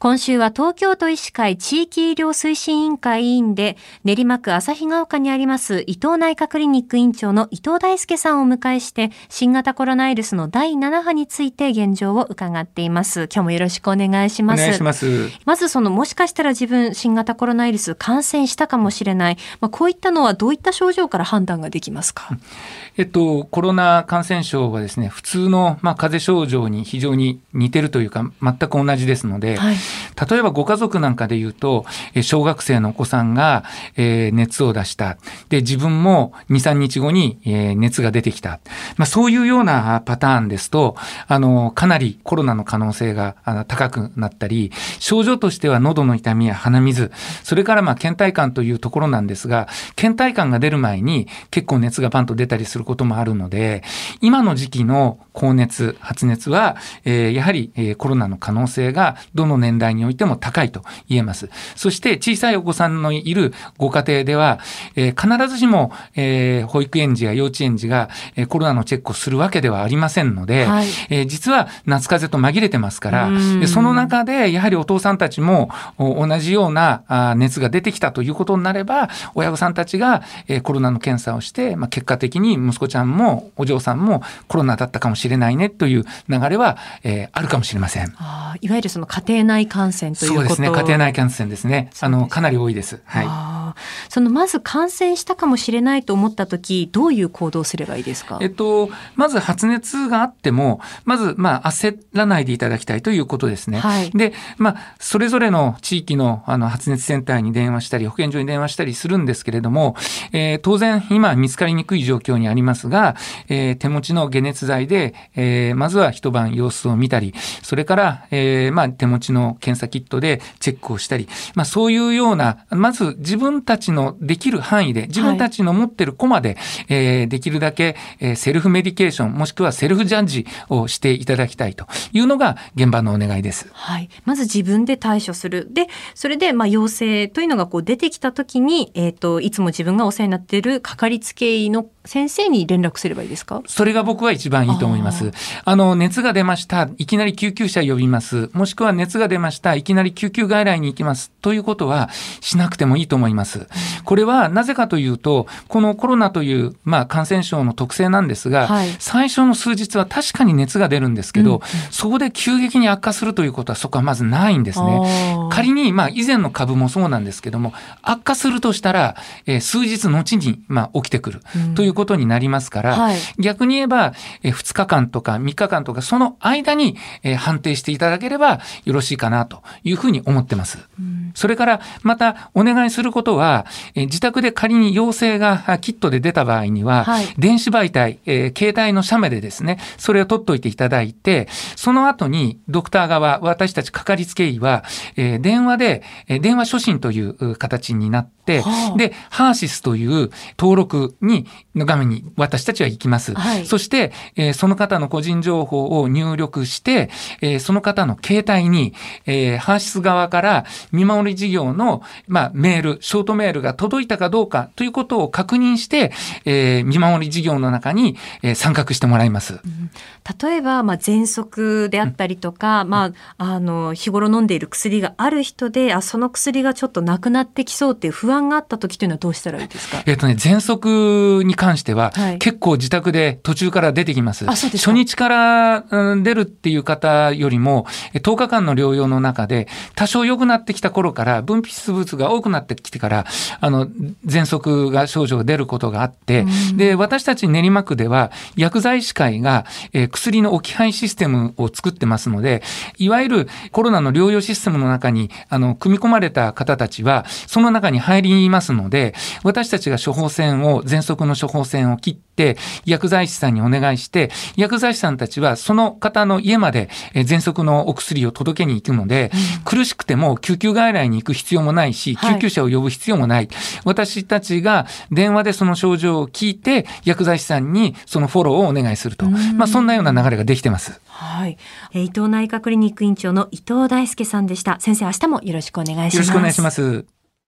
今週は東京都医師会地域医療推進委員会委員で練馬区旭ヶ丘にあります伊藤内科クリニック院長の伊藤大輔さんをお迎えして新型コロナウイルスの第7波について現状を伺っています。今日もよろしくお願いします。 お願いします。 まずもしかしたら自分新型コロナウイルス感染したかもしれない、こういったのはどういった症状から判断ができますか？ コロナ感染症はですね、普通の風邪症状に非常に似てるというか全く同じですので、はい、例えばご家族なんかで言うと小学生のお子さんが熱を出した。で自分も 2,3 日後に熱が出てきた。そういうようなパターンですとかなりコロナの可能性が高くなったり、症状としては喉の痛みや鼻水、それから倦怠感というところなんですが、倦怠感が出る前に結構熱がバンと出たりすることもあるので、今の時期の高熱発熱はやはりコロナの可能性がどの年代においても高いと言えます。そして小さいお子さんのいるご家庭では必ずしも保育園児や幼稚園児がコロナのチェックをするわけではありませんので、はい、実は夏風邪と紛れてますから、その中でやはりお父さんたちも同じような熱が出てきたということになれば、親御さんたちがコロナの検査をして結果的に息子ちゃんもお嬢さんもコロナだったかもしれないねという流れはあるかもしれません。 いわゆる家庭内感染ということ。 そうですね、家庭内感染ですね。かなり多いです。はい。 まず感染したかもしれないと思ったとき、どういう行動をすればいいですか？ まず発熱があっても、まず焦らないでいただきたいということですね。はい、で、それぞれの地域の発熱センターに電話したり、保健所に電話したりするんですけれども、当然今見つかりにくい状況にありますが、手持ちの解熱剤で、まずは一晩様子を見たり、それから、手持ちの検査キットでチェックをしたり、そういうような、まず自分たちのできる範囲で、自分たちの持ってるコマで、できるだけ、セルフメディケーション、もしくはセルフジャッジをしていただきたいというのが現場のお願いです。 はい。まず自分で対処する。で、それで、陽性というのが出てきたときに、いつも自分がお世話になっているかかりつけ医の先生に連絡すればいいですか？ それが僕は一番いいと思います。熱が出ました。いきなり救急車呼びます。もしくは熱が出ました。いきなり救急外来に行きます。ということはしなくてもいいと思います。これはなぜかというと、このコロナという、感染症の特性なんですが、はい、最初の数日は確かに熱が出るんですけど、そこで急激に悪化するということはそこはまずないんですね。仮に、以前の株もそうなんですけども、悪化するとしたら、数日後に、起きてくるということになりますから、はい、逆に言えば、2日間とか3日間とかその間に、判定していただければよろしいかなというふうに思ってます。それからまたお願いすることは、自宅で仮に陽性がキットで出た場合には、はい、電子媒体、携帯の写メでですね、それを取っといていただいて、その後にドクター側、私たちかかりつけ医は、電話で、電話初診という形になって、で、ハーシスという登録の画面に私たちは行きます。はい、そして、その方の個人情報を入力して、その方の携帯に、ハーシス側から見守り事業の、メール、ショートメールが届いたかどうかということを確認して、見守り事業の中に、参画してもらいます。 例えば、喘息であったりとか、日頃飲んでいる薬がある人で、その薬がちょっとなくなってきそうっていう不安があった時というのはどうしたらいいですか？ 喘息に関しては、はい、結構自宅で途中から出てきます。初日から、出るっていう方よりも10日間の療養の中で多少良くなってきた頃から分泌物が多くなってきてから喘息が症状が出ることがあって、で私たち練馬区では薬剤師会が、薬の置き配システムを作ってますので、いわゆるコロナの療養システムの中に組み込まれた方たちはその中に入りますので、私たちが処方箋を喘息の処方箋を切って薬剤師さんにお願いして、薬剤師さんたちはその方の家まで喘息のお薬を届けに行くので、苦しくても救急外来に行く必要もないし、救急車を呼ぶ必要もない、私たちが電話でその症状を聞いて薬剤師さんにそのフォローをお願いすると、そんなような流れができてます。 はい。伊藤内科クリニック院長の伊藤大輔さんでした。先生、明日もよろしくお願いします。 よろしくお願いします。